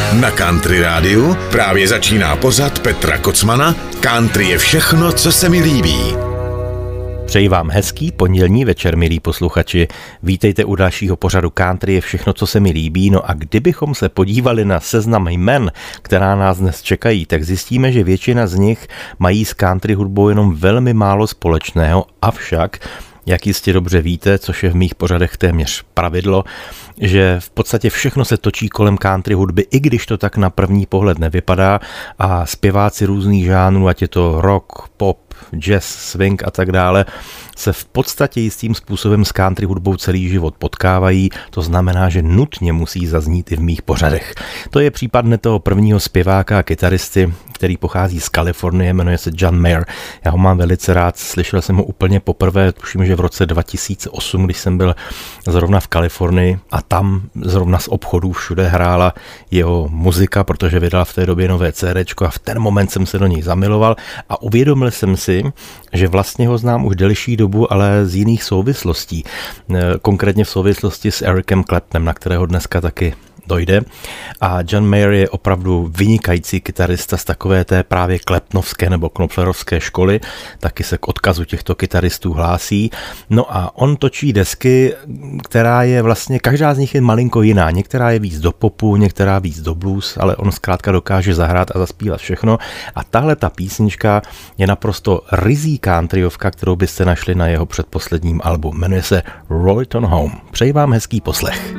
Na Country Rádiu právě začíná pořad Petra Kocmana Country je všechno, co se mi líbí. Přeji vám hezký pondělní večer, milí posluchači. Vítejte u dalšího pořadu Country je všechno, co se mi líbí. No a kdybychom se podívali na seznam jmen, která nás dnes čekají, tak zjistíme, že většina z nich mají s country hudbou jenom velmi málo společného, avšak jak jistě dobře víte, což je v mých pořadech téměř pravidlo, že v podstatě všechno se točí kolem country hudby, i když to tak na první pohled nevypadá, a zpěváci různých žánrů, ať je to rock, pop, jazz, swing a tak dále, se v podstatě jistým způsobem s country hudbou celý život potkávají, to znamená, že nutně musí zaznít i v mých pořadech. To je případ toho prvního zpěváka a kytaristy, který pochází z Kalifornie, jmenuje se John Mayer. Já ho mám velice rád, slyšel jsem ho úplně poprvé, tuším, že v roce 2008, když jsem byl zrovna v Kalifornii a tam zrovna z obchodů všude hrála jeho muzika, protože vydal v té době nové CDčko a v ten moment jsem se do něj zamiloval a uvědomil jsem si, že vlastně ho znám už delší dobu, ale z jiných souvislostí. Konkrétně v souvislosti s Ericem Claptonem, na kterého dneska taky dojde. A John Mayer je opravdu vynikající kytarista z takové té právě klepnovské nebo knopflerovské školy, taky se k odkazu těchto kytaristů hlásí. No a on točí desky, která je vlastně, každá z nich je malinko jiná. Některá je víc do popu, některá víc do blues, ale on zkrátka dokáže zahrát a zaspívat všechno. A tahle ta písnička je naprosto ryzí countryovka, kterou byste našli na jeho předposledním albu. Jmenuje se Roll It On Home. Přeji vám hezký poslech.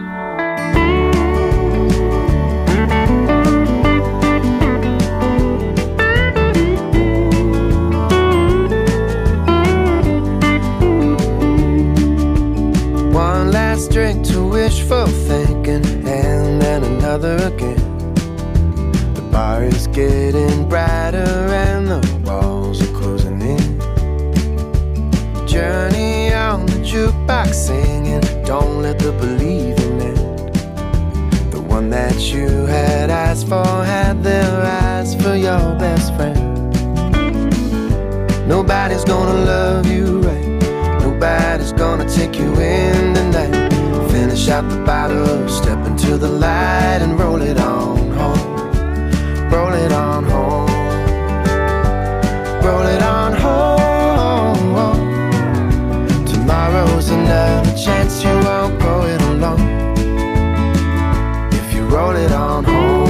Drink to wishful thinking, and then another again. The bar is getting brighter and the walls are closing in. Journey on the jukebox singing, don't let the believing end. The one that you had eyes for had their eyes for your best friend. Nobody's gonna love you right, nobody's gonna take you in tonight. Finish out the bottle, step into the light and roll it on home. Roll it on home. Roll it on home. Tomorrow's another chance, you won't go it alone. If you roll it on home.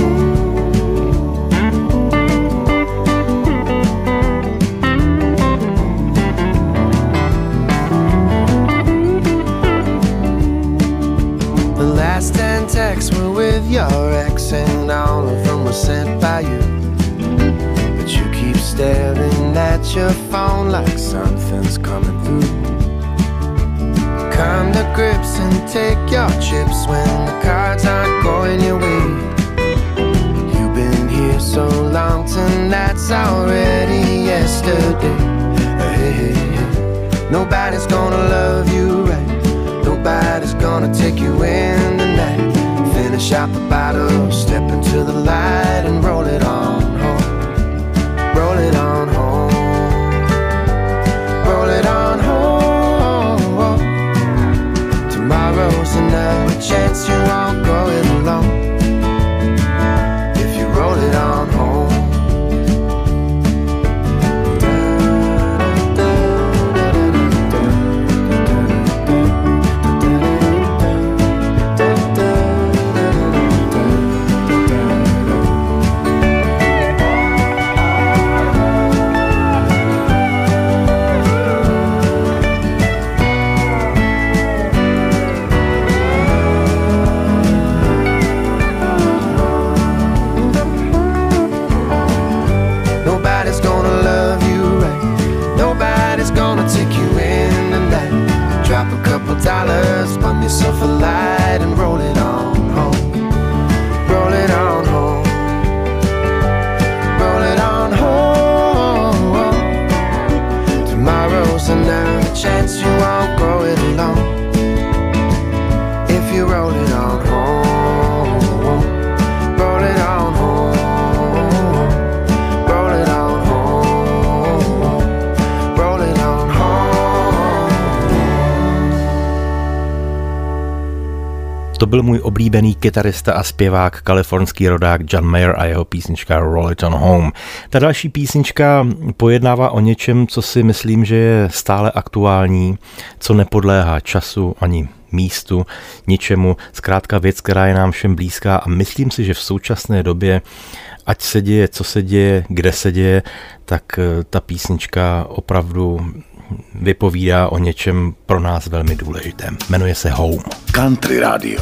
Last 10 texts were with your ex and all of them were sent by you. But you keep staring at your phone like something's coming through. Come to grips and take your chips when the cards aren't going your way. You've been here so long, tonight's already yesterday. Hey, hey, hey. Nobody's gonna love you right, nobody's gonna take you in tonight. Finish out the bottle, step into the light and roll it on home. Roll it on home. Roll it on home. Tomorrow's another chance, you won't go it alone. If you roll it on home. byl můj oblíbený kytarista a zpěvák, kalifornský rodák John Mayer a jeho písnička Roll It On Home. Ta další písnička pojednává o něčem, co si myslím, že je stále aktuální, co nepodléhá času ani místu, ničemu. Zkrátka věc, která je nám všem blízká a myslím si, že v současné době, ať se děje, co se děje, kde se děje, tak ta písnička opravdu vypovídá o něčem pro nás velmi důležitém. Jmenuje se Home. Country Radio.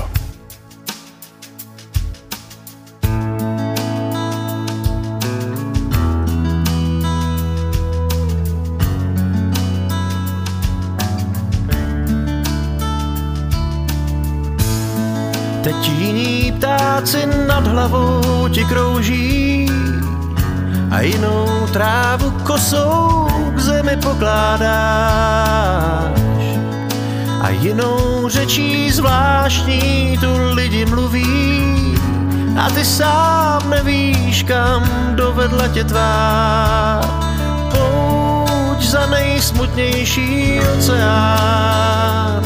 Teď jiní ptáci nad hlavou ti krouží a jinou trávu kosou k zemi pokládáš a jinou řečí zvláštní tu lidi mluví a ty sám nevíš, kam dovedla tě tvá pouť za nejsmutnější oceán,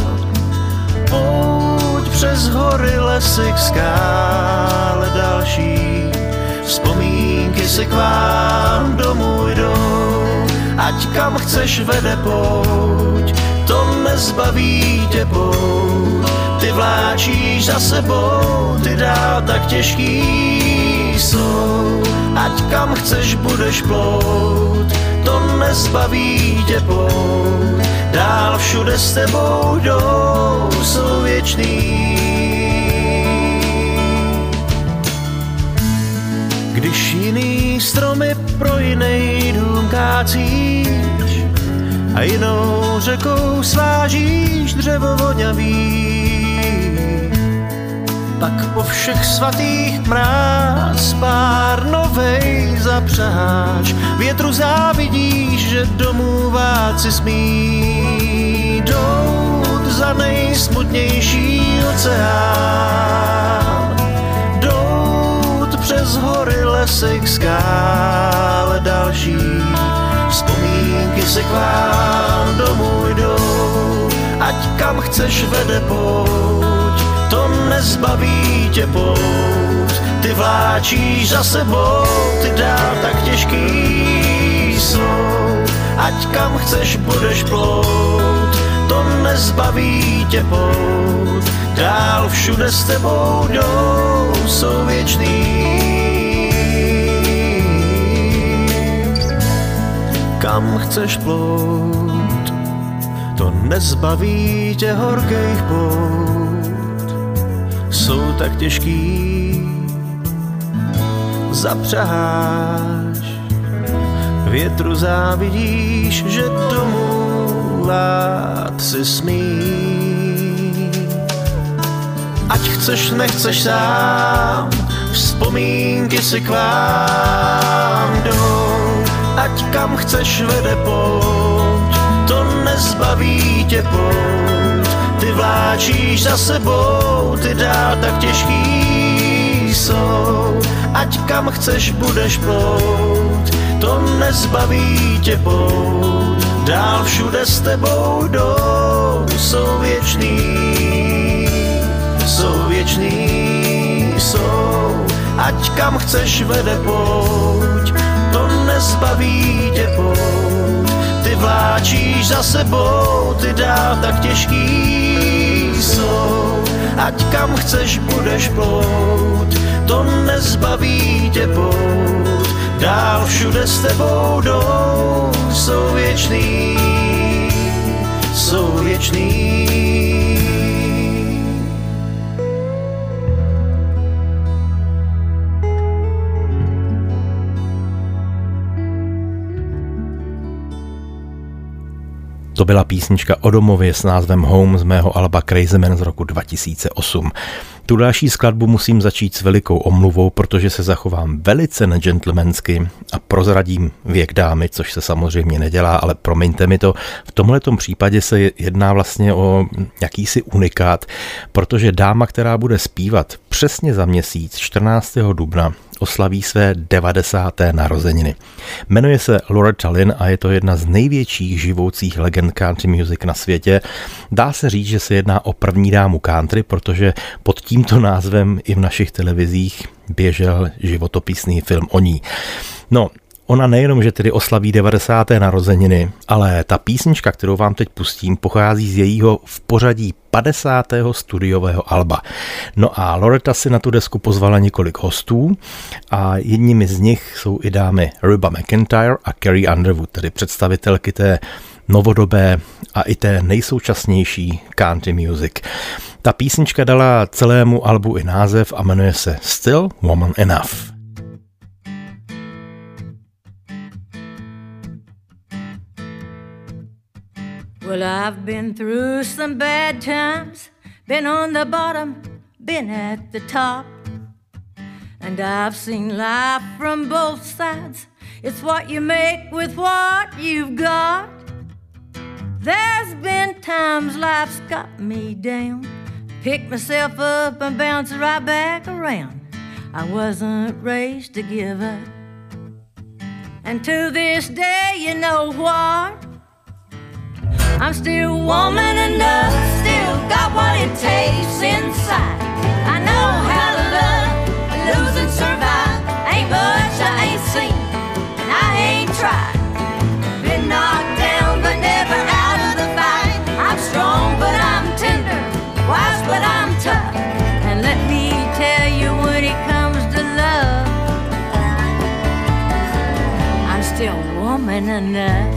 pouť přes hory, lesy, skále další. Vzpomínky si k vám domů jdou, ať kam chceš vede pouť, to nezbaví tě pouť. Ty vláčíš za sebou, ty dál tak těžký jsou, ať kam chceš budeš plout, to nezbaví tě pouť. Dál všude s tebou jdou, jsou věčný. Když jiný stromy pro jiný dům kácíš a jinou řekou svážíš dřevo voňavý, pak po všech svatých mráz pár novej zapřáháš, větru závidíš, že domů váci smí dout za nejsmutnější oceán, dout přes hory, lesy, skále další. Vzpomínky si k vám domů jdou, ať kam chceš vede pouť, to nezbaví tě pouť. Ty vláčíš za sebou, ty dál tak těžký jsou, ať kam chceš budeš plout, to nezbaví tě pouť. Dál všude s tebou jdou, jsou věčný. Kam chceš plout, to nezbaví tě horkých pout. Jsou tak těžký, zapřaháš, větru závidíš, že domů lát si smí. Ať chceš, nechceš sám, vzpomínky si k vám jdou, ať kam chceš vede pouť, to nezbaví tě pouť. Ty vláčíš za sebou, ty dál tak těžký jsou, ať kam chceš budeš plout, to nezbaví tě pouť. Dál všude s tebou jdou, jsou věčný, jsou věčný, jsou, ať kam chceš vede pouť, to nezbaví tě pouť. Ty vláčíš za sebou, ty dál tak těžký jsou, ať kam chceš budeš plout, to nezbaví tě pouť. Dál všude s tebou jdou, jsou věčný, jsou věčný. To byla písnička o domově s názvem Home z mého alba Crazy Man z roku 2008. Tu další skladbu musím začít s velikou omluvou, protože se zachovám velice negentlemensky a prozradím věk dámy, což se samozřejmě nedělá, ale promiňte mi to. V tomhletom případě se jedná vlastně o jakýsi unikát, protože dáma, která bude zpívat přesně za měsíc 14. dubna oslaví své 90. narozeniny. Jmenuje se Loretta Lynn a je to jedna z největších živoucích legend country music na světě. Dá se říct, že se jedná o první dámu country, protože pod tímto názvem i v našich televizích běžel životopisný film o ní. No, ona nejenom, že tedy oslaví 90. narozeniny, ale ta písnička, kterou vám teď pustím, pochází z jejího v pořadí 50. studiového alba. No a Loretta si na tu desku pozvala několik hostů a jedními z nich jsou i dámy Reba McEntire a Carrie Underwood, tedy představitelky té novodobé a i té nejsoučasnější country music. Ta písnička dala celému albu i název a jmenuje se Still Woman Enough. Well, I've been through some bad times, been on the bottom, been at the top. And I've seen life from both sides. It's what you make with what you've got. There's been times life's got me down, pick myself up and bounce right back around. I wasn't raised to give up. And to this day, you know what? I'm still woman enough, still got what it takes inside. I know how to love, lose and survive. Ain't much I ain't seen, and I ain't tried. Been knocked down, but never out of the fight. I'm strong, but I'm tender, wise, but I'm tough. And let me tell you, when it comes to love, I'm still woman enough.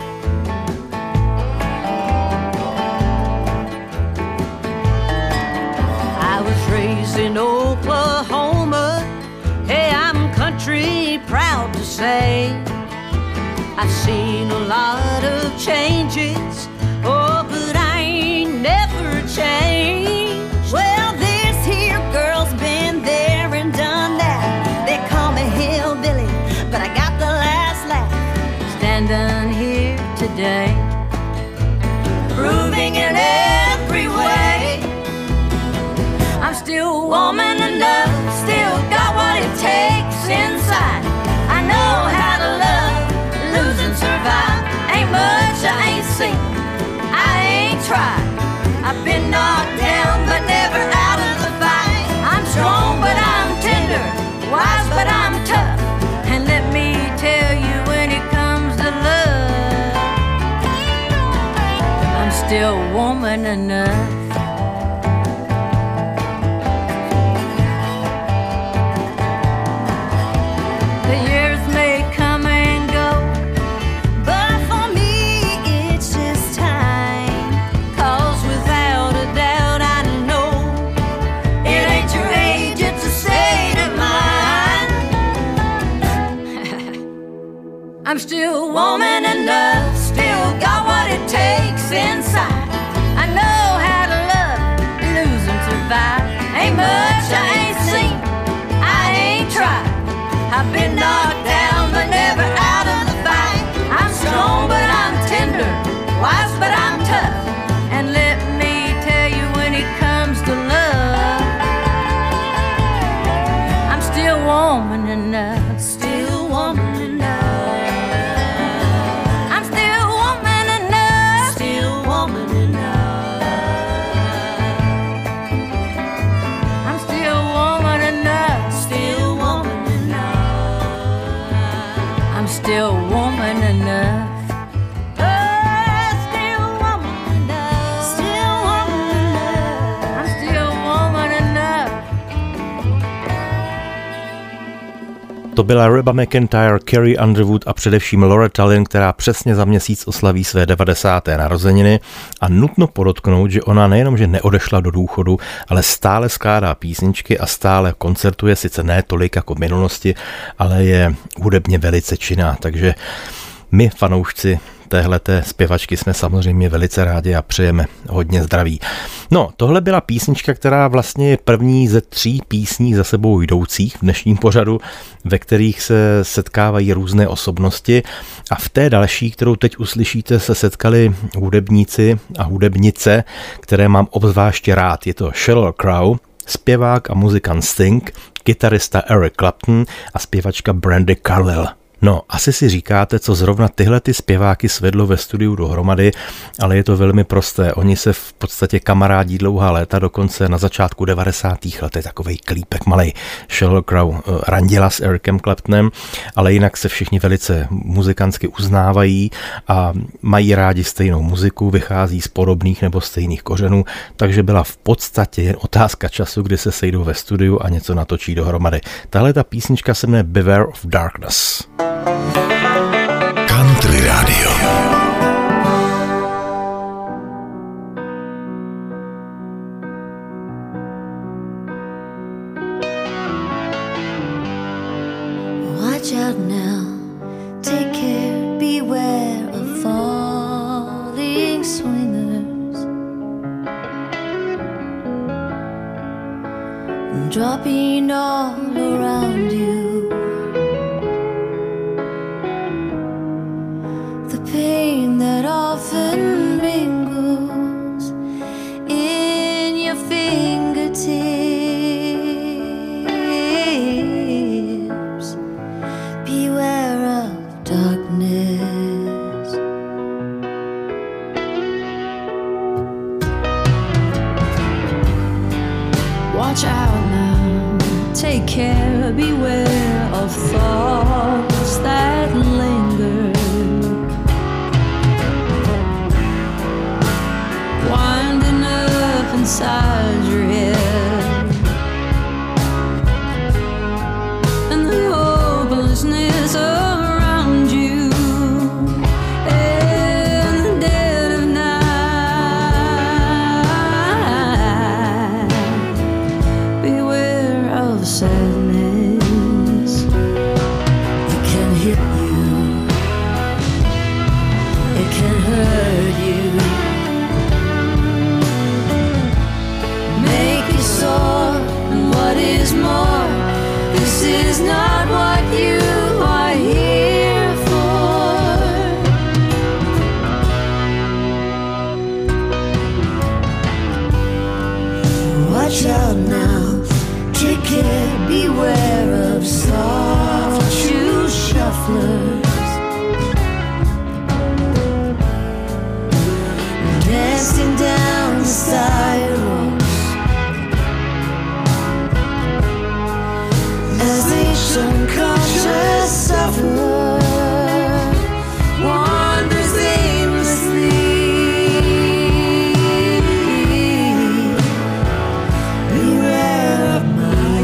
Raised in Oklahoma, hey, I'm country proud to say. I've seen a lot of changes, oh, but I ain't never changed. Well, this here girl's been there and done that. They call me hillbilly, but I got the last laugh. Standing here today, proving in every way I'm still woman enough, still got what it takes inside. I know how to love, lose and survive. Ain't much I ain't seen, I ain't tried. I've been knocked down, but never out of the fight. I'm strong, but I'm tender, wise, but I'm tough. And let me tell you, when it comes to love, I'm still woman enough. I'm still woman enough, still got what it takes inside. I know how to love, lose and survive. Ain't much I ain't seen, I ain't tried. I've been knocked down, but never out of the fight. I'm strong, but I'm tender, wise, but I'm tough. And let me tell you, when it comes to love, I'm still woman enough, still woman enough. Still woman enough. Oh, still woman enough. Still woman enough. I'm still woman enough. To byla Reba McEntire, Carrie Underwood a především Loretta Lynn, která přesně za měsíc oslaví své 90. narozeniny. A nutno podotknout, že ona nejenom, že neodešla do důchodu, ale stále skládá písničky a stále koncertuje, sice ne tolik jako v minulosti, ale je hudebně velice činná. Takže my, fanoušci téhleté zpěvačky, jsme samozřejmě velice rádi a přejeme hodně zdraví. No, tohle byla písnička, která vlastně je první ze 3 písní za sebou jdoucích v dnešním pořadu, ve kterých se setkávají různé osobnosti, a v té další, kterou teď uslyšíte, se setkali hudebníci a hudebnice, které mám obzvláště rád. Je to Sheryl Crow, zpěvák a muzikant Sting, kytarista Eric Clapton a zpěvačka Brandi Carlile. No, asi si říkáte, co zrovna tyhle ty zpěváky svedlo ve studiu dohromady, ale je to velmi prosté. Oni se v podstatě kamarádí dlouhá léta, dokonce na začátku 90. let je takovej klípek malej. Sheryl Crow randila s Ericem Claptonem, ale jinak se všichni velice muzikantsky uznávají a mají rádi stejnou muziku, vychází z podobných nebo stejných kořenů, takže byla v podstatě jen otázka času, kdy se sejdou ve studiu a něco natočí dohromady. Tahle ta písnička se jmenuje Beware of Darkness. Country Radio. Watch out now, take care, beware of falling swingers, dropping all around you. Pain that often mingles in your fingertips. Beware of darkness. Watch out now, take care, beware of thoughts that linger, winding up inside your head, and the hopelessness around you, in the dead of night. Beware of sadness. It can hit you, it can hurt you, and what is more, this is not what you are here for. Watch out now, take care, beware of soft shoe shufflers, dancing down the sidewalk as each unconscious sufferer wanders aimlessly. Beware of my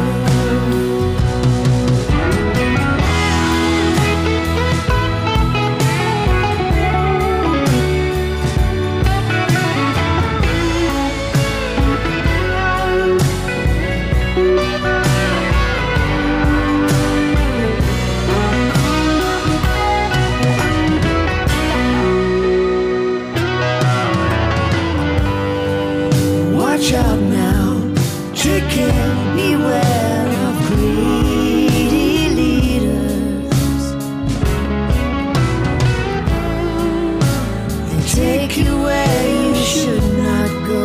Watch out now, take care, beware of greedy leaders. They take you where you should not go,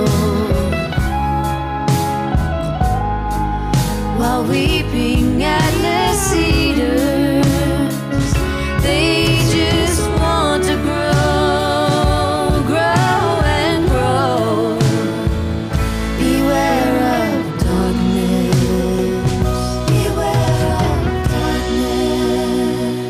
while weeping at the cedars. They just want to grow, grow and grow. Beware of darkness. Beware of darkness.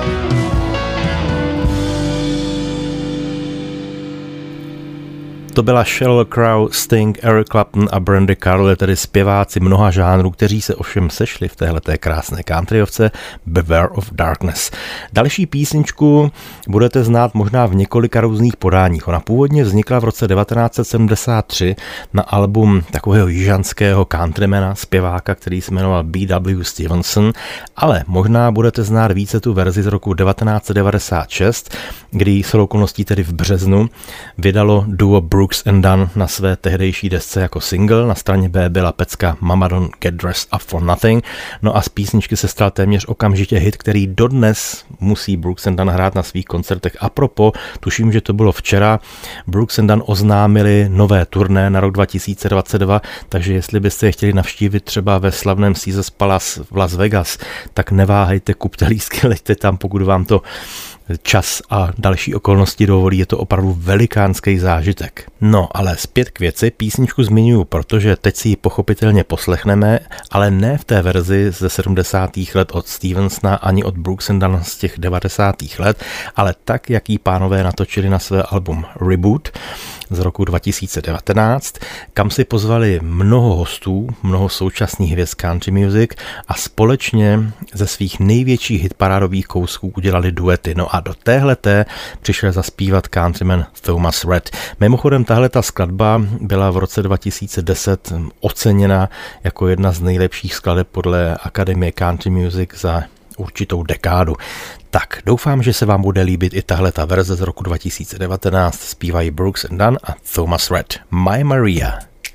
To byla Sheryl Crow, Sting, Eric Clapton a Brandi Carlile, tedy zpěváci mnoha žánrů, kteří se ovšem sešli v téhleté krásné countryovce Beware of Darkness. Další písničku budete znát možná v několika různých podáních. Ona původně vznikla v roce 1973 na album takového jižanského countrymana, zpěváka, který se jmenoval B.W. Stevenson, ale možná budete znát více tu verzi z roku 1996, kdy shodou okolností tedy v březnu vydalo duo Brooks Brooks and Dunn na své tehdejší desce jako single, na straně B byla pecka Mama Don't Get Dressed Up For Nothing, no a z písničky se stal téměř okamžitě hit, který dodnes musí Brooks and Dunn hrát na svých koncertech. A propo, tuším, že to bylo včera, Brooks and Dunn oznámili nové turné na rok 2022, takže jestli byste je chtěli navštívit třeba ve slavném Caesars Palace v Las Vegas, tak neváhejte, kupte lístky, leďte tam, pokud vám to čas a další okolnosti dovolí, je to opravdu velikánský zážitek. No, ale zpět k věci, písničku zmiňuji, protože teď si ji pochopitelně poslechneme, ale ne v té verzi ze 70. let od Stevensona ani od Brooks and Dunn z těch 90. let, ale tak, jak ji pánové natočili na své album Reboot z roku 2019, kam si pozvali mnoho hostů, mnoho současných hvězd country music a společně ze svých největších hitparádových kousků udělali duety. No a do téhleté přišel zaspívat countryman Thomas Rhett. Mimochodem, tahleta skladba byla v roce 2010 oceněna jako jedna z nejlepších skladeb podle Akademie Country Music za určitou dekádu. Tak, doufám, že se vám bude líbit i tahleta verze z roku 2019. Zpívají Brooks and Dunn a Thomas Rhett. My Maria.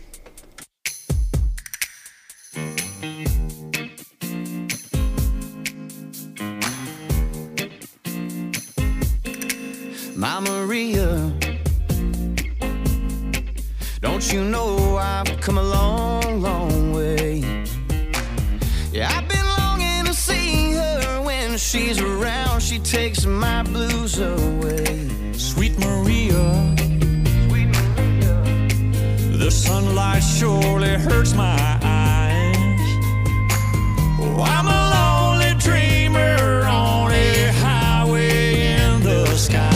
My Maria, don't you know I've come a long, long way. Yeah, I've been longing to see her. When she's around, she takes my blues away. Sweet Maria, sweet Maria, the sunlight surely hurts my eyes. Oh, I'm a lonely dreamer on a highway in the sky.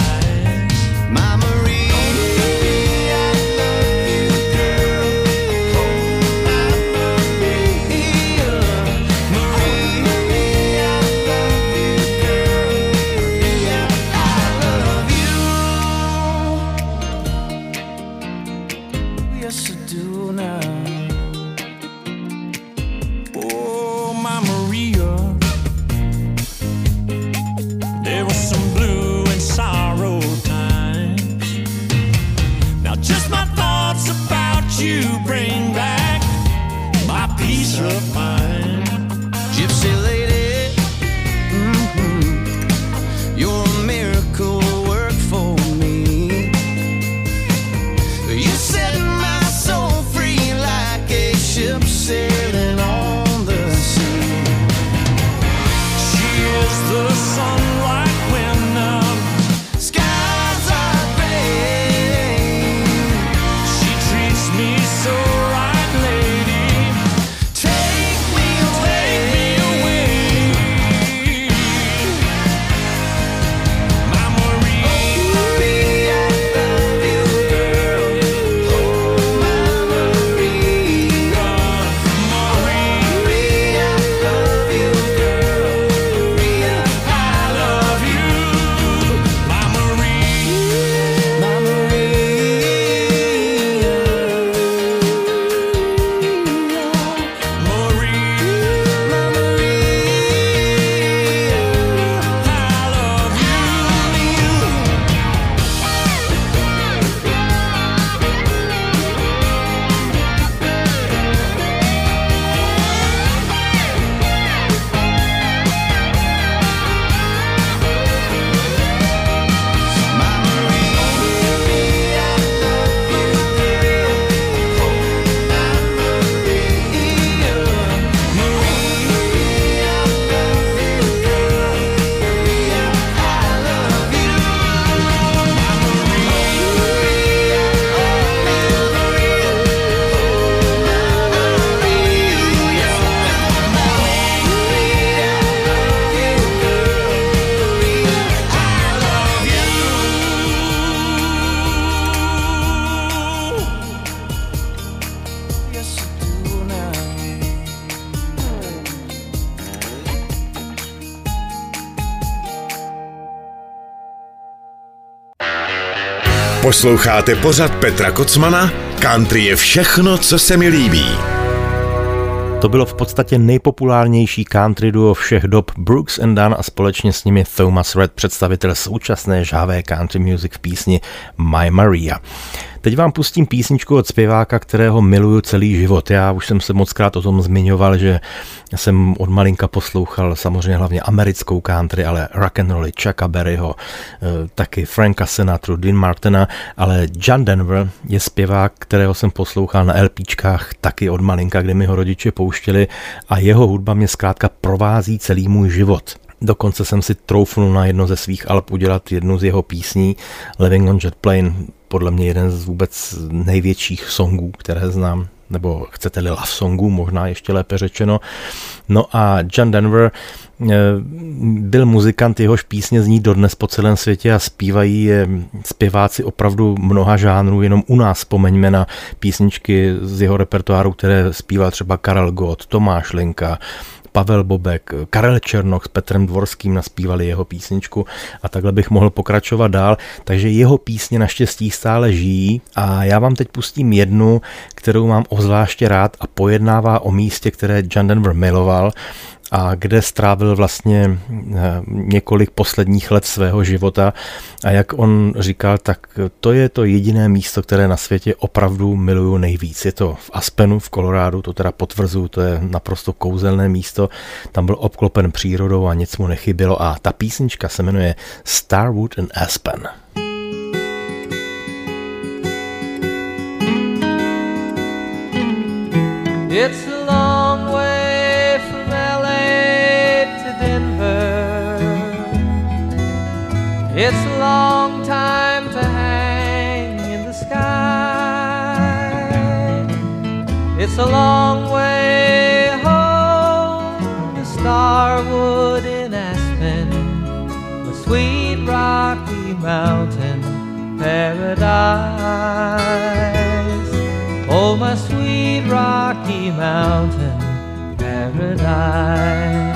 You bring back my peace of mind. Gypsy lady, you're a miracle work for me. You set my soul free like a ship sailing on the sea. She is the sunlight when the skies are gray. She treats me so right, lady. Take me away. My Maria, Maria, I love you, girl. Oh, my Maria. Maria, I love you, girl. Maria, I love you, my Maria. my Posloucháte pořad Petra Kocmana? Country je všechno, co se mi líbí. To bylo v podstatě nejpopulárnější country duo všech dob Brooks and Dunn a společně s nimi Thomas Rhett, představitel současné žhavé country music v písni My Maria. Teď vám pustím písničku od zpěváka, kterého miluju celý život. Já už jsem se mockrát o tom zmiňoval, že jsem od malinka poslouchal samozřejmě hlavně americkou country, ale rock and rolly, Chucka Berryho, taky Franka Sinatru, Dean Martina, ale John Denver je zpěvák, kterého jsem poslouchal na LPčkách taky od malinka, kde mi ho rodiče pouštěli a jeho hudba mě zkrátka provází celý můj život. Dokonce jsem si troufnul na jedno ze svých alb udělat jednu z jeho písní, Living on Jet Plane, podle mě jeden z vůbec největších songů, které znám, nebo chcete-li love songů, možná ještě lépe řečeno. No a John Denver byl muzikant, jehož písně zní dodnes po celém světě a zpívají je zpěváci opravdu mnoha žánrů, jenom u nás vzpomeňme na písničky z jeho repertoáru, které zpíval třeba Karel Gott, Tomáš Linka, Pavel Bobek, Karel Černoch s Petrem Dvorským naspívali jeho písničku a takhle bych mohl pokračovat dál, takže jeho písně naštěstí stále žijí a já vám teď pustím jednu, kterou mám obzvláště rád a pojednává o místě, které John Denver miloval a kde strávil vlastně několik posledních let svého života a jak on říkal, tak to je to jediné místo, které na světě opravdu miluju nejvíc. Je to v Aspenu v Kolorádu, to teda potvrzuju, to je naprosto kouzelné místo, tam byl obklopen přírodou a nic mu nechybělo a ta písnička se jmenuje Starwood and Aspen. It's a long way from LA to Denver. It's a long time to hang in the sky. It's a long way home to Starwood in Aspen, the sweet Rocky Mountain paradise. Oh, my sweet Rocky Mountain paradise.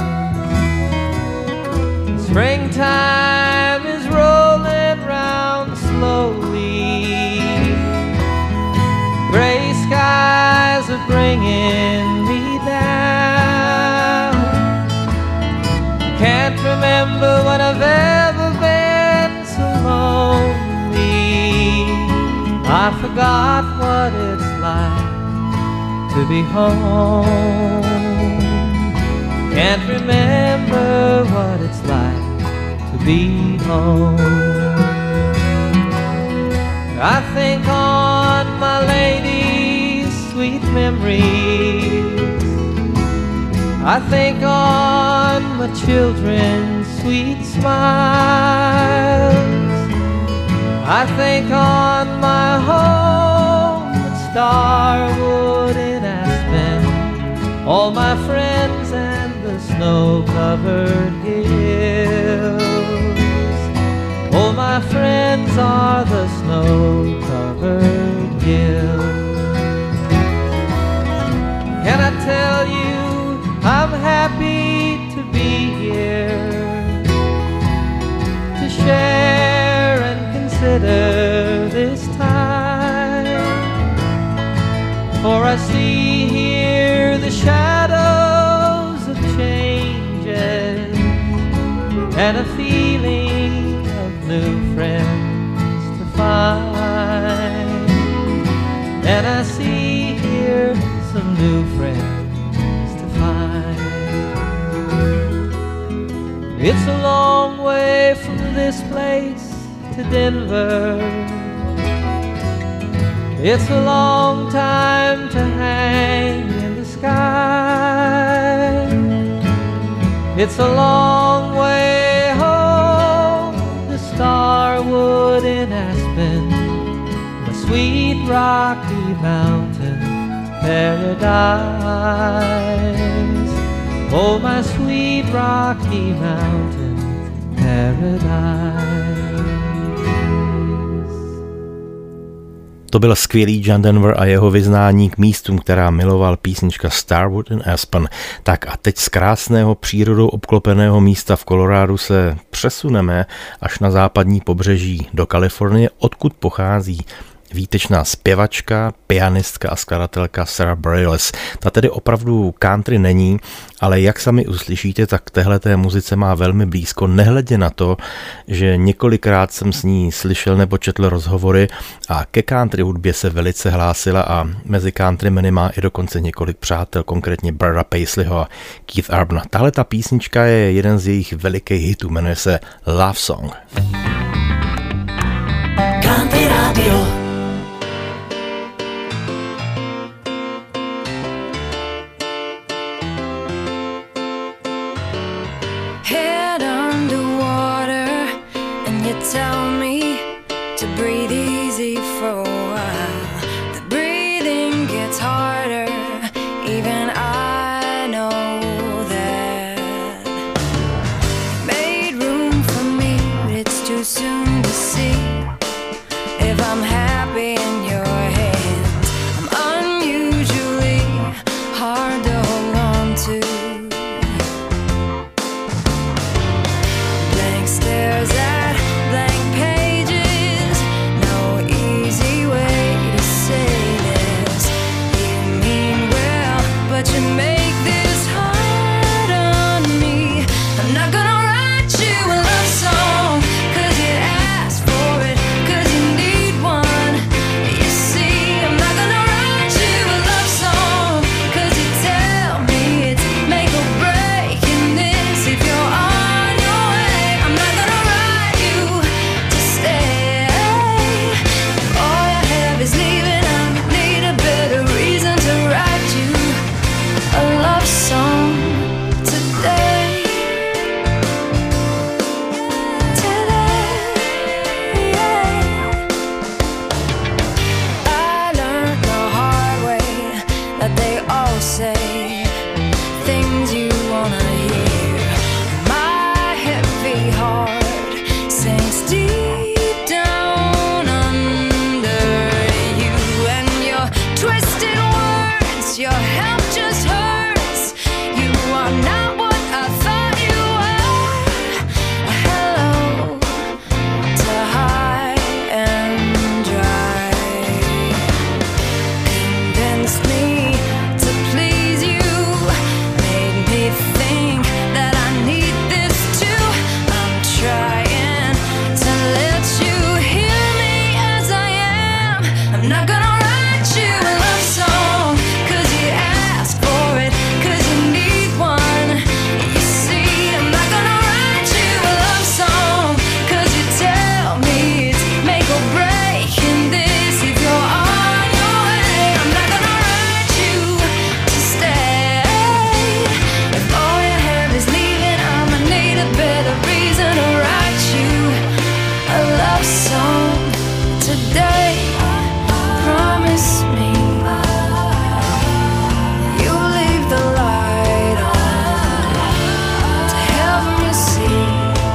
Springtime is rolling round slowly. Gray skies are bringing me down. Can't remember when I've ever been so lonely. I forgot what it's like to be home. Can't remember what it's like to be home. I think on my lady's sweet memories. I think on my children's sweet smiles. I think on my home at Starwood in Aspen, all my friends and the snow-covered hills. All my friends are the snow-covered hills. Can I tell you I'm happy to be here, to share and consider this time, for I see here the shadows of changes and a feeling of new friends to find, and I see here some new friends to find. It's a long way from this place to Denver. It's a long time to hang in the sky. It's a long way home to Starwood in Aspen, the sweet Rocky Mountain paradise. Oh, my sweet Rocky Mountain paradise. To byl skvělý John Denver a jeho vyznání k místům, která miloval, písnička Starwood and Aspen. Tak a teď z krásného přírodou obklopeného místa v Kolorádu se přesuneme až na západní pobřeží do Kalifornie, odkud pochází výtečná zpěvačka, pianistka a skladatelka Sarah Bareilles. Ta tedy opravdu country není, ale jak sami uslyšíte, tak k téhleté muzice má velmi blízko, nehledě na to, že několikrát jsem s ní slyšel nebo četl rozhovory a ke country hudbě se velice hlásila a mezi countrymeny má i dokonce několik přátel, konkrétně Brada Paisleyho a Keith Urbana. Tahle ta písnička je jeden z jejich velikých hitů, jmenuje se Love Song. Country Radio. Head underwater and you tell me to breathe easy for a while. The breathing gets harder, even I know that. Made room for me, but it's too soon to see if I'm happy in your hands. I'm unusually hard to hold on to. Blank stares at blank pages, no easy way to say this. You mean well, but you make this hard on me. I'm not gonna write you a love song, 'cause you asked for it, 'cause you need one. You see, I'm not gonna write you a love song, 'cause you tell me it's make or break in this. If you're on your way, I'm not gonna write you to stay. If all you have is leaving, I need a better reason to write you a love song today. I learned the hard way that they all say things you wanna hear. My heavy heart sinks deep down under you, and your twisted words, your help just hurts. You are not what I thought you were. Hello to high and dry. Convinced me to please you, made me think that I need this too. I'm trying to let you hear me as I am. I'm not gonna write you a love song, 'cause you asked for it, 'cause you need one. You see, I'm not gonna write you a love song, 'cause you tell me it's make or break in this. If you're on your way, I'm not gonna write you to stay. If all you have is leaving, I'ma need a better reason to write you a love song today. Promise me you'll leave the light on to help me see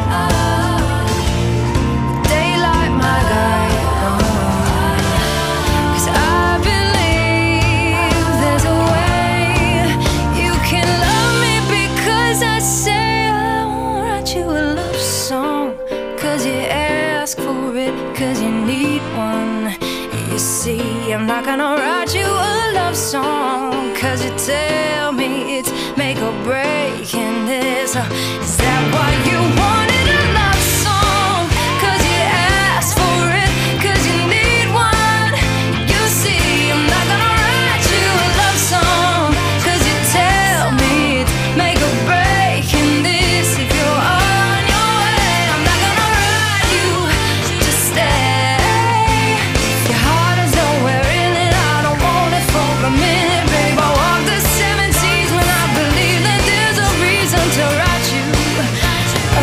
daylight, my guide. 'Cause I believe there's a way you can love me, because I say I won't write you a love song, 'cause you ask for it, 'cause you need one. You see, I'm not gonna write you a love song, 'cause you tell me it's make or break in this. Is that why you wanted a love song? 'Cause you asked for it, 'cause you need one. You see, I'm not gonna write you a love song, 'cause you tell me it's make or break in this. If you're on your way, I'm not gonna write you to stay. Your heart is nowhere in it, I don't want it for a minute, babe. I walk the 7 seas when I believe that there's a reason to write you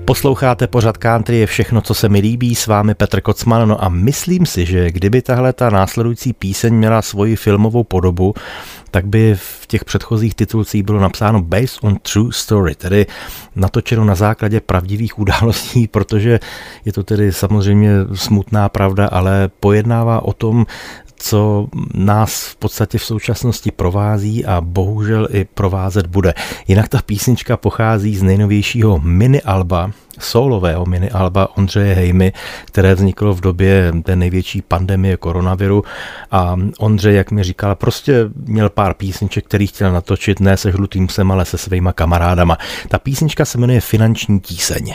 Posloucháte pořad Country je všechno, co se mi líbí, s vámi Petr Kocman, no a myslím si, že kdyby tahle ta následující píseň měla svoji filmovou podobu, tak by v těch předchozích titulcích bylo napsáno Based on True Story, tedy natočeno na základě pravdivých událostí, protože je to tedy samozřejmě smutná pravda, ale pojednává o tom, co nás v podstatě v současnosti provází a bohužel i provázet bude. Jinak ta písnička pochází z nejnovějšího mini-alba, solového mini-alba Ondřeje Hejmy, které vzniklo v době té největší pandemie koronaviru a Ondřej, jak mi říkal, prostě měl pár písniček, který chtěl natočit ne se Žlutým psem, ale se svýma kamarádama. Ta písnička se jmenuje Finanční tíseň.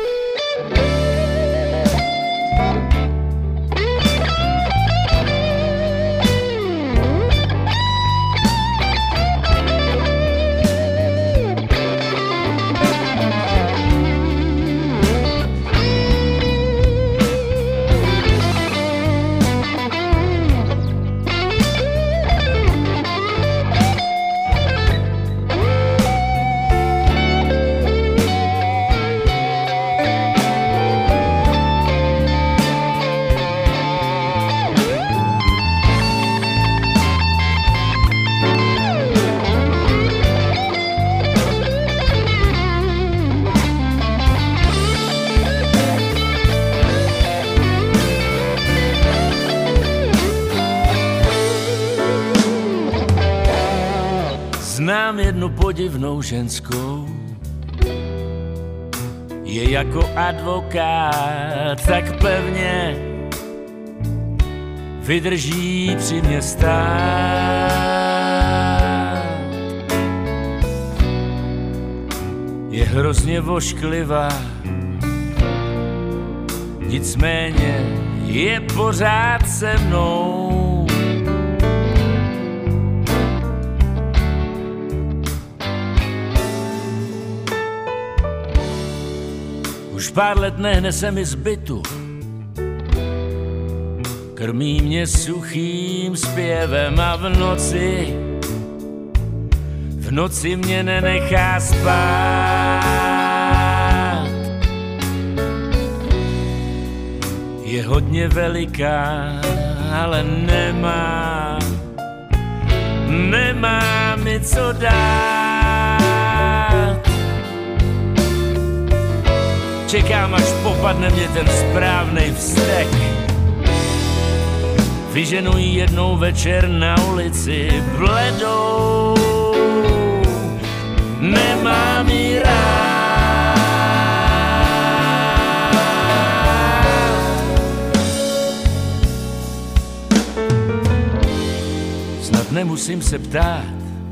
Znám jednu podivnou ženskou, je jako advokát, tak pevně vydrží při mě stát. Je hrozně vošklivá, nicméně je pořád se mnou. Už pár let nehne se mi z bytu, krmí mě suchým zpěvem a v noci mě nenechá spát. Je hodně veliká, ale nemá mi co dát. Čekám, až popadne mě ten správnej vztek. Vyženu ji jednou večer na ulici bledou. Nemám ji rád. Snad nemusím se ptát,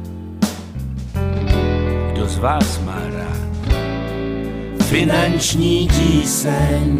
kdo z vás má rád finanční tíseň.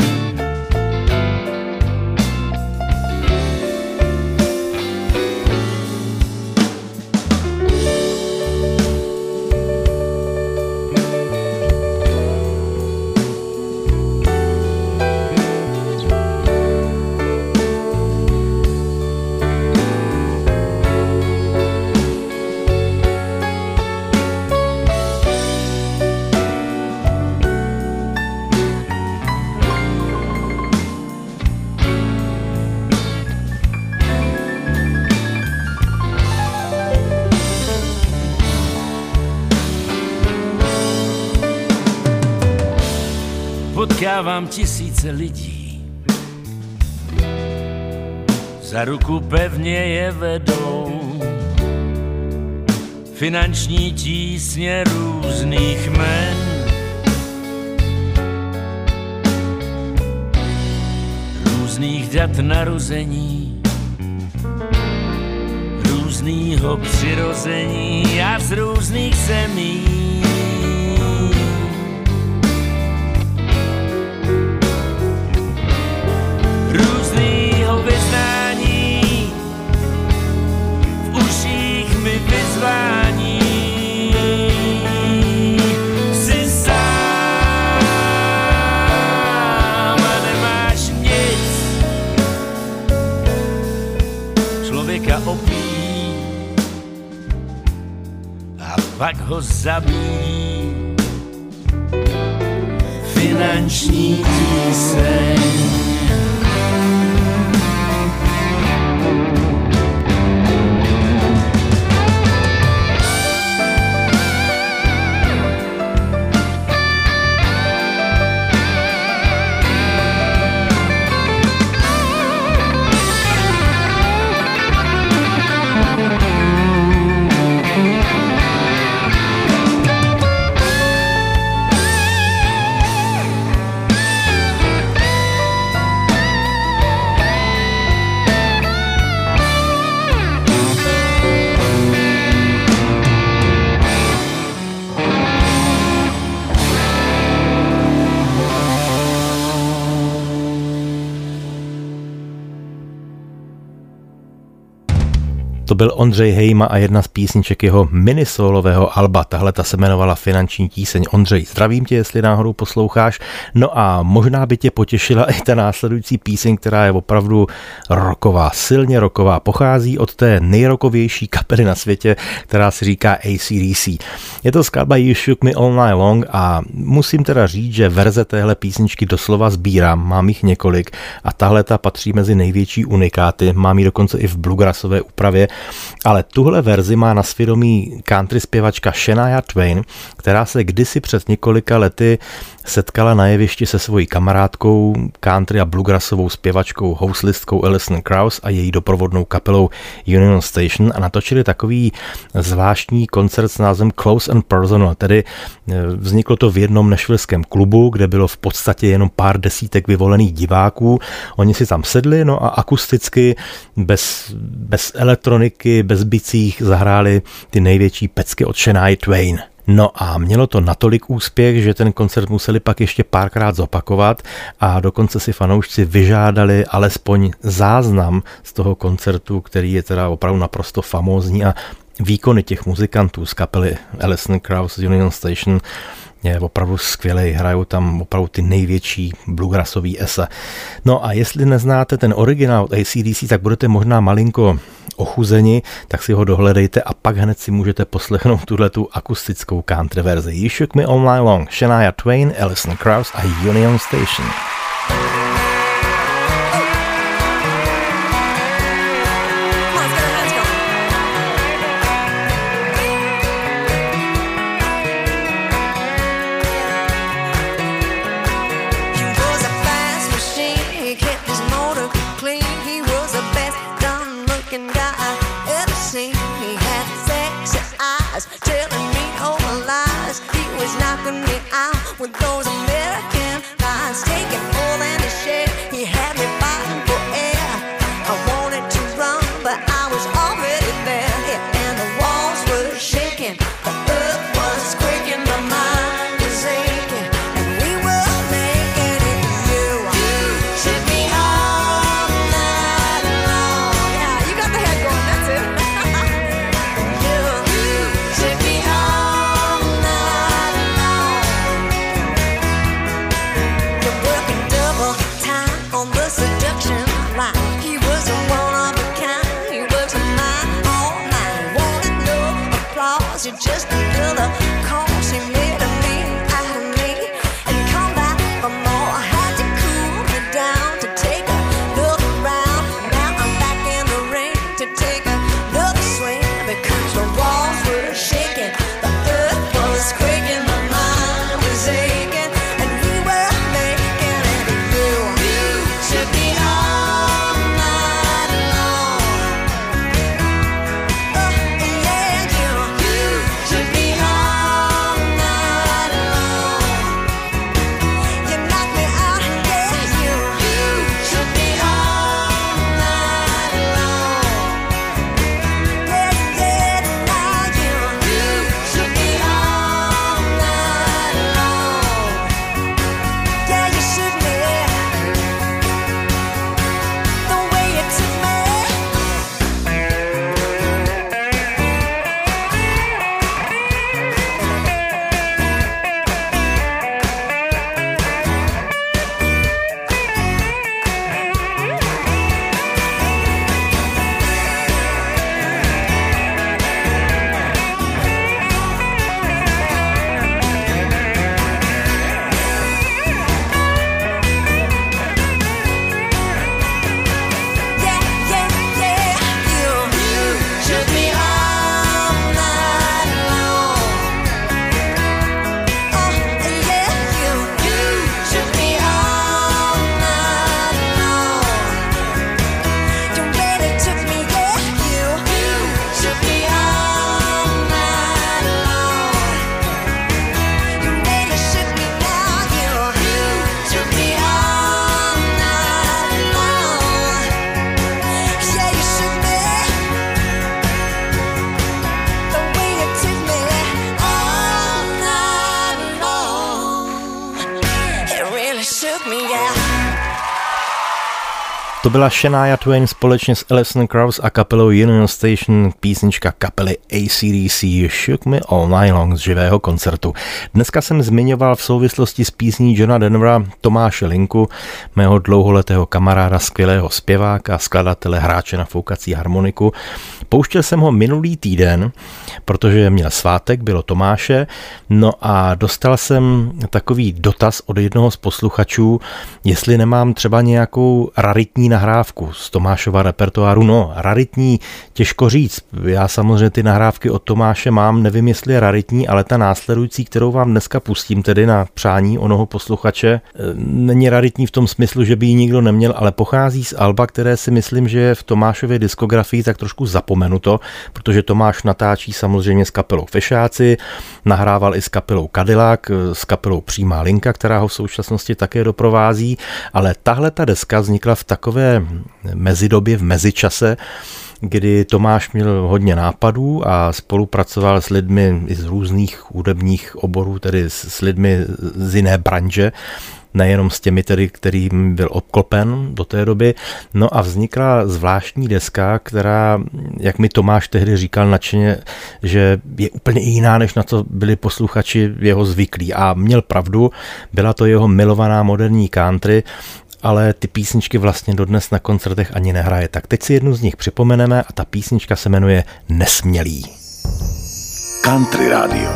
Potkávám tisíce lidí, za ruku pevně je vedou. Finanční tísně různých jmen, různých dat narození, různýho přirození a z různých zemí. Jsi sám a nemáš nic, člověka opíjí a pak ho zabíjí. finanční tíseň. To byl Ondřej Hejma a jedna z písniček jeho minisolového alba. Tahle ta se jmenovala Finanční tíseň. Ondřej, zdravím tě, jestli náhodou posloucháš. No a možná by tě potěšila i ta následující píseň, která je opravdu rocková, silně rocková. Pochází od té nejrokovější kapely na světě, která se říká AC/DC. Je to skladba You Shook Me All Night Long a musím teda říct, že verze téhle písničky doslova sbírám, mám jich několik a tahle ta patří mezi největší unikáty, mám ji dokonce i v bluegrassové úpravě. Ale tuhle verzi má na svědomí country zpěvačka Shania Twain, která se kdysi před několika lety setkala na jevišti se svojí kamarádkou, country a bluegrassovou zpěvačkou, houslistkou Alison Krauss a její doprovodnou kapelou Union Station a natočili takový zvláštní koncert s názvem Close and Personal, tedy vzniklo to v jednom nashvilleském klubu, kde bylo v podstatě jenom pár desítek vyvolených diváků. Oni si tam sedli, no a akusticky, bez elektroniky, bez bicích zahráli ty největší pecky od Shania Twain. No a mělo to natolik úspěch, že ten koncert museli pak ještě párkrát zopakovat a dokonce si fanoušci vyžádali alespoň záznam z toho koncertu, který je teda opravdu naprosto famózní a výkony těch muzikantů z kapely Alison Krauss Union Station je opravdu skvělý, hrajou tam opravdu ty největší bluegrassový esa. No a jestli neznáte ten originál od AC/DC, tak budete možná malinko ochuzeni, tak si ho dohledejte a pak hned si můžete poslechnout tuhletu akustickou country verzi. You Shook Me All Night Long, Shania Twain, Alison Krauss a Union Station. With those American lines taking more than a share, he had me fighting for air. I wanted to run, but I was already there. Yeah, and the walls were shaking, the earth was quaking, my mind was aching, and we were making it. You should be all night long. Yeah, you got the head going, that's it. You should be all night long. You're working double time on the seduction line. He was a one of a kind. He was a mine all night. Wanted no applause. You're just another cause. He made a me out of me and come back for more. I had to cool me down to take a look around. Now I'm back in the ring to take another swing because the walls were shaking, the earth was quaking, my mind was aching, and we were making it. You should be all night long. Yeah, you should be To byla Shania Twain společně s Alison Krauss a kapelou Union Station, písnička kapely AC/DC Shook Me All Night Long z živého koncertu. Dneska jsem zmiňoval v souvislosti s písní Johna Denvera Tomáše Linku, mého dlouholetého kamaráda, skvělého zpěváka, skladatele, hráče na foukací harmoniku. Pouštěl jsem ho minulý týden, protože měl svátek, bylo Tomáše, no a dostal jsem takový dotaz od jednoho z posluchačů, jestli nemám třeba nějakou raritní nahrávku z Tomášova repertoáru. No, raritní těžko říct. Já samozřejmě ty nahrávky od Tomáše mám, nevím, jestli je raritní, ale ta následující, kterou vám dneska pustím, tedy na přání onoho posluchače, není raritní v tom smyslu, že by ji nikdo neměl, ale pochází z alba, které si myslím, že je v Tomášově diskografii tak trošku zapomenuto, protože Tomáš natáčí samozřejmě s kapelou Fešáci, nahrával i s kapelou Cadillac, s kapelou Přímá linka, která ho v současnosti také doprovází, ale tahle ta deska vznikla v takové mezidobě, v mezičase, kdy Tomáš měl hodně nápadů a spolupracoval s lidmi i z různých hudebních oborů, tedy s lidmi z jiné branže, nejenom s těmi, tedy, kterým byl obklopen do té doby. No a vznikla zvláštní deska, která, jak mi Tomáš tehdy říkal nadšeně, že je úplně jiná, než na co byli posluchači jeho zvyklí. A měl pravdu, byla to jeho milovaná moderní country, ale ty písničky vlastně dodnes na koncertech ani nehraje. Tak teď si jednu z nich připomeneme a ta písnička se jmenuje Nesmělý. Country Radio.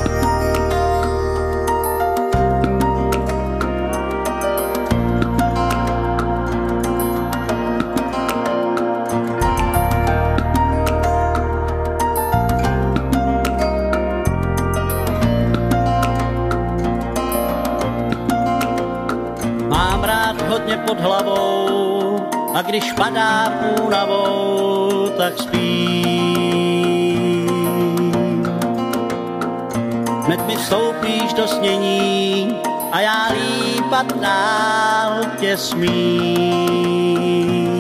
Hodně pod hlavou a když padám únavou, tak spím. Hned mi vstoupíš do snění a já lípat dál tě smím.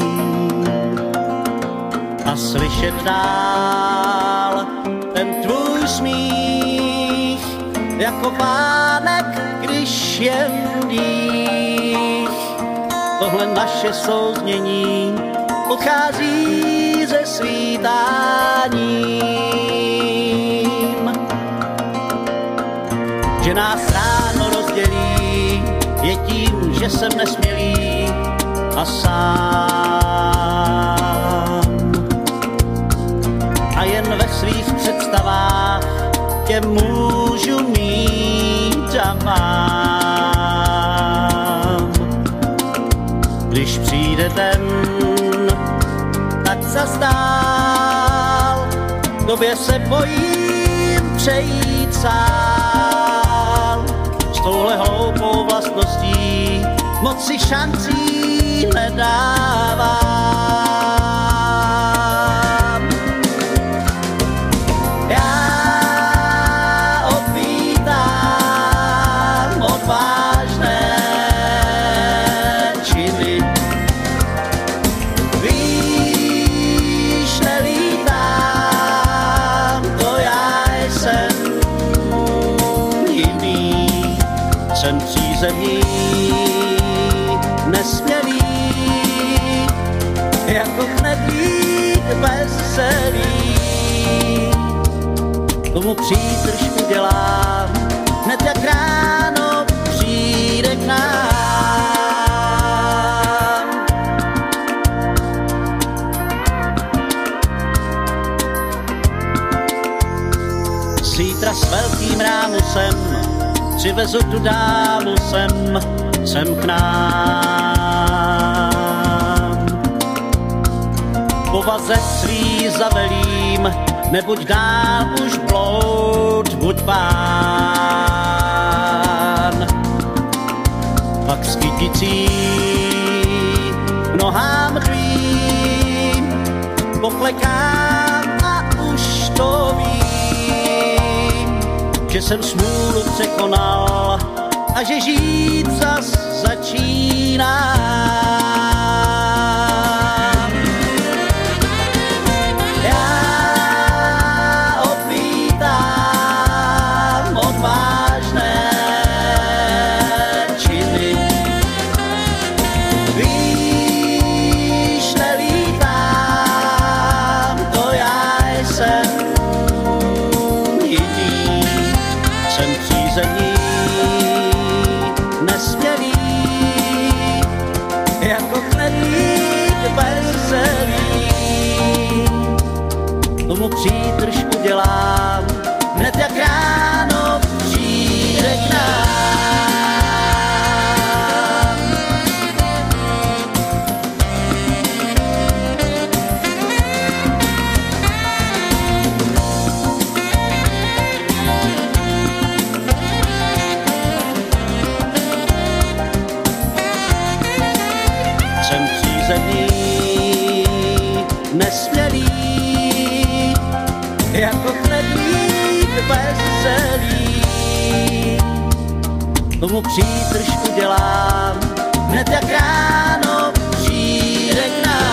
A slyšet dál ten tvůj smích jako vánek, když jen dých. Tohle naše souznění odchází ze svítáním. Že nás ráno rozdělí, je tím, že jsem nesmělý a sám. A jen ve svých představách tě můžu mít a mám. Když přijde den, tak zastál, tobě se bojím přejít sál. S touhle hloupou vlastností moc si šancí nedávám. Já odmítám odvážné činy. Víš, nelítám, to já jsem jiný. Jsem přízemní, nesmělý, jako knedlík veselý. Tomu přítrž udělám, hned jak ráno přijde k nám. Zítra s velkým rámusem přivezu tu dámu sem k nám. Povaze svý zavelím, nebuď dál už bloud, buď pán. Pak s kyticí k nohám tvým poklekám a už to vím, že jsem smůlu překonal a že žít zas začínám. Já odmítám odvážné činy. Víš, celý. Tomu přítržku dělám, hned jak ráno přijde k nám.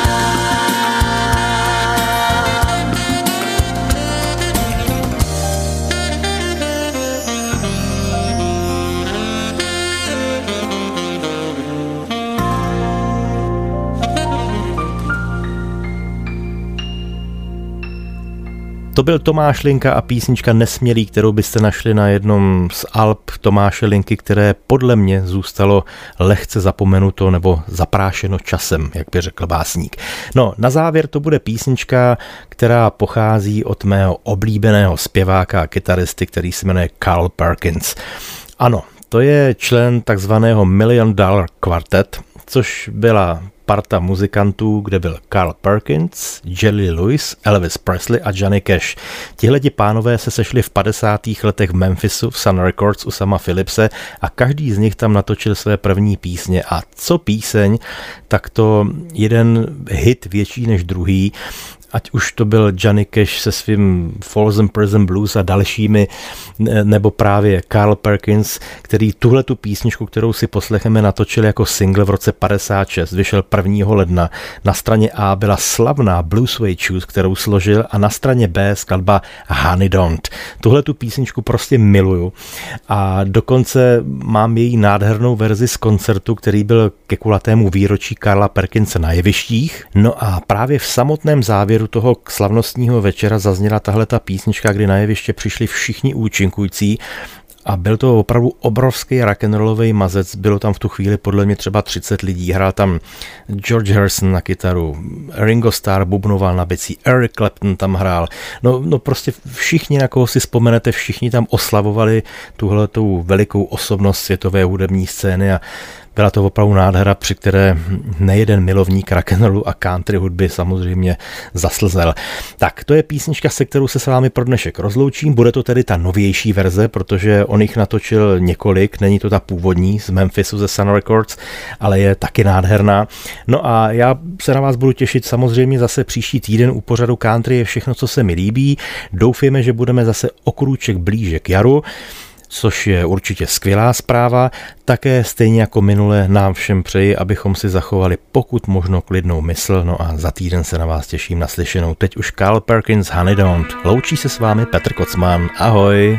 To byl Tomáš Linka a písnička Nesmělý, kterou byste našli na jednom z alb Tomáše Linky, které podle mě zůstalo lehce zapomenuto nebo zaprášeno časem, jak by řekl básník. No, na závěr to bude písnička, která pochází od mého oblíbeného zpěváka a kytaristy, který se jmenuje Carl Perkins. Ano, to je člen takzvaného $1 Million Quartet, což byla parta muzikantů, kde byl Carl Perkins, Jerry Lewis, Elvis Presley a Johnny Cash. Tihleti pánové se sešli v 50. letech v Memphisu v Sun Records u Sama Philipse a každý z nich tam natočil své první písně. A co píseň, tak to jeden hit větší než druhý. Ať už to byl Johnny Cash se svým Folsom Prison Blues a dalšími, nebo právě Carl Perkins, který tuhletu písničku, kterou si poslechneme, natočil jako single v roce 56, vyšel 1. ledna. Na straně A byla slavná Blue Suede Shoes, kterou složil, a na straně B skladba Honey Don't. Tuhletu písničku prostě miluju a dokonce mám její nádhernou verzi z koncertu, který byl ke kulatému výročí Carla Perkinse na jevištích. No a právě v samotném závěru toho slavnostního večera zazněla tahleta písnička, kdy na jeviště přišli všichni účinkující a byl to opravdu obrovský rock'n'rollový mazec. Bylo tam v tu chvíli podle mě třeba 30 lidí. Hrál tam George Harrison na kytaru, Ringo Starr bubnoval na bicí, Eric Clapton tam hrál. No prostě všichni, na koho si vzpomenete, všichni tam oslavovali tuhletou velikou osobnost světové hudební scény a byla to opravdu nádhera, při které nejeden milovník rock'n'rollu a country hudby samozřejmě zaslzel. Tak, to je písnička, se kterou se s vámi pro dnešek rozloučím. Bude to tedy ta novější verze, protože on jich natočil několik, není to ta původní z Memphisu ze Sun Records, ale je taky nádherná. No a já se na vás budu těšit samozřejmě zase příští týden u pořadu Country je všechno, co se mi líbí. Doufejme, že budeme zase o krůček blíže k jaru, což je určitě skvělá zpráva. Také stejně jako minule nám všem přeji, abychom si zachovali pokud možno klidnou mysl. No a za týden se na vás těším na slyšenou. Teď už Carl Perkins, Honey Don't. Loučí se s vámi Petr Kocman. Ahoj.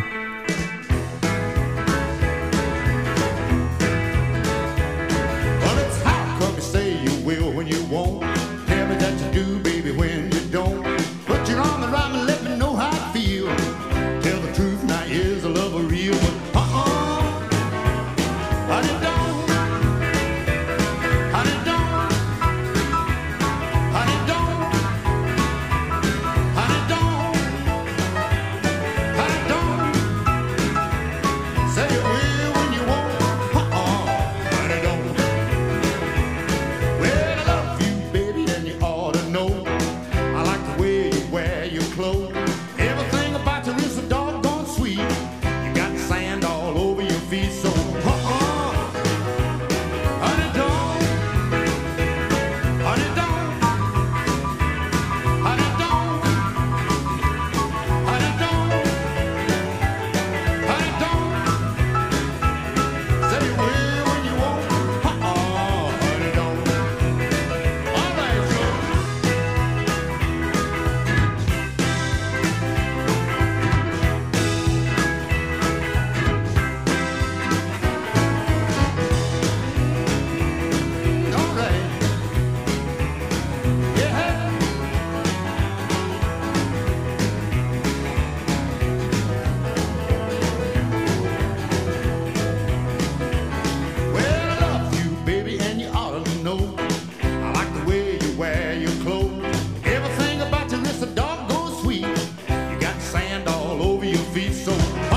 Everything about your wrist a doggone sweet. You got sand all over your feet, so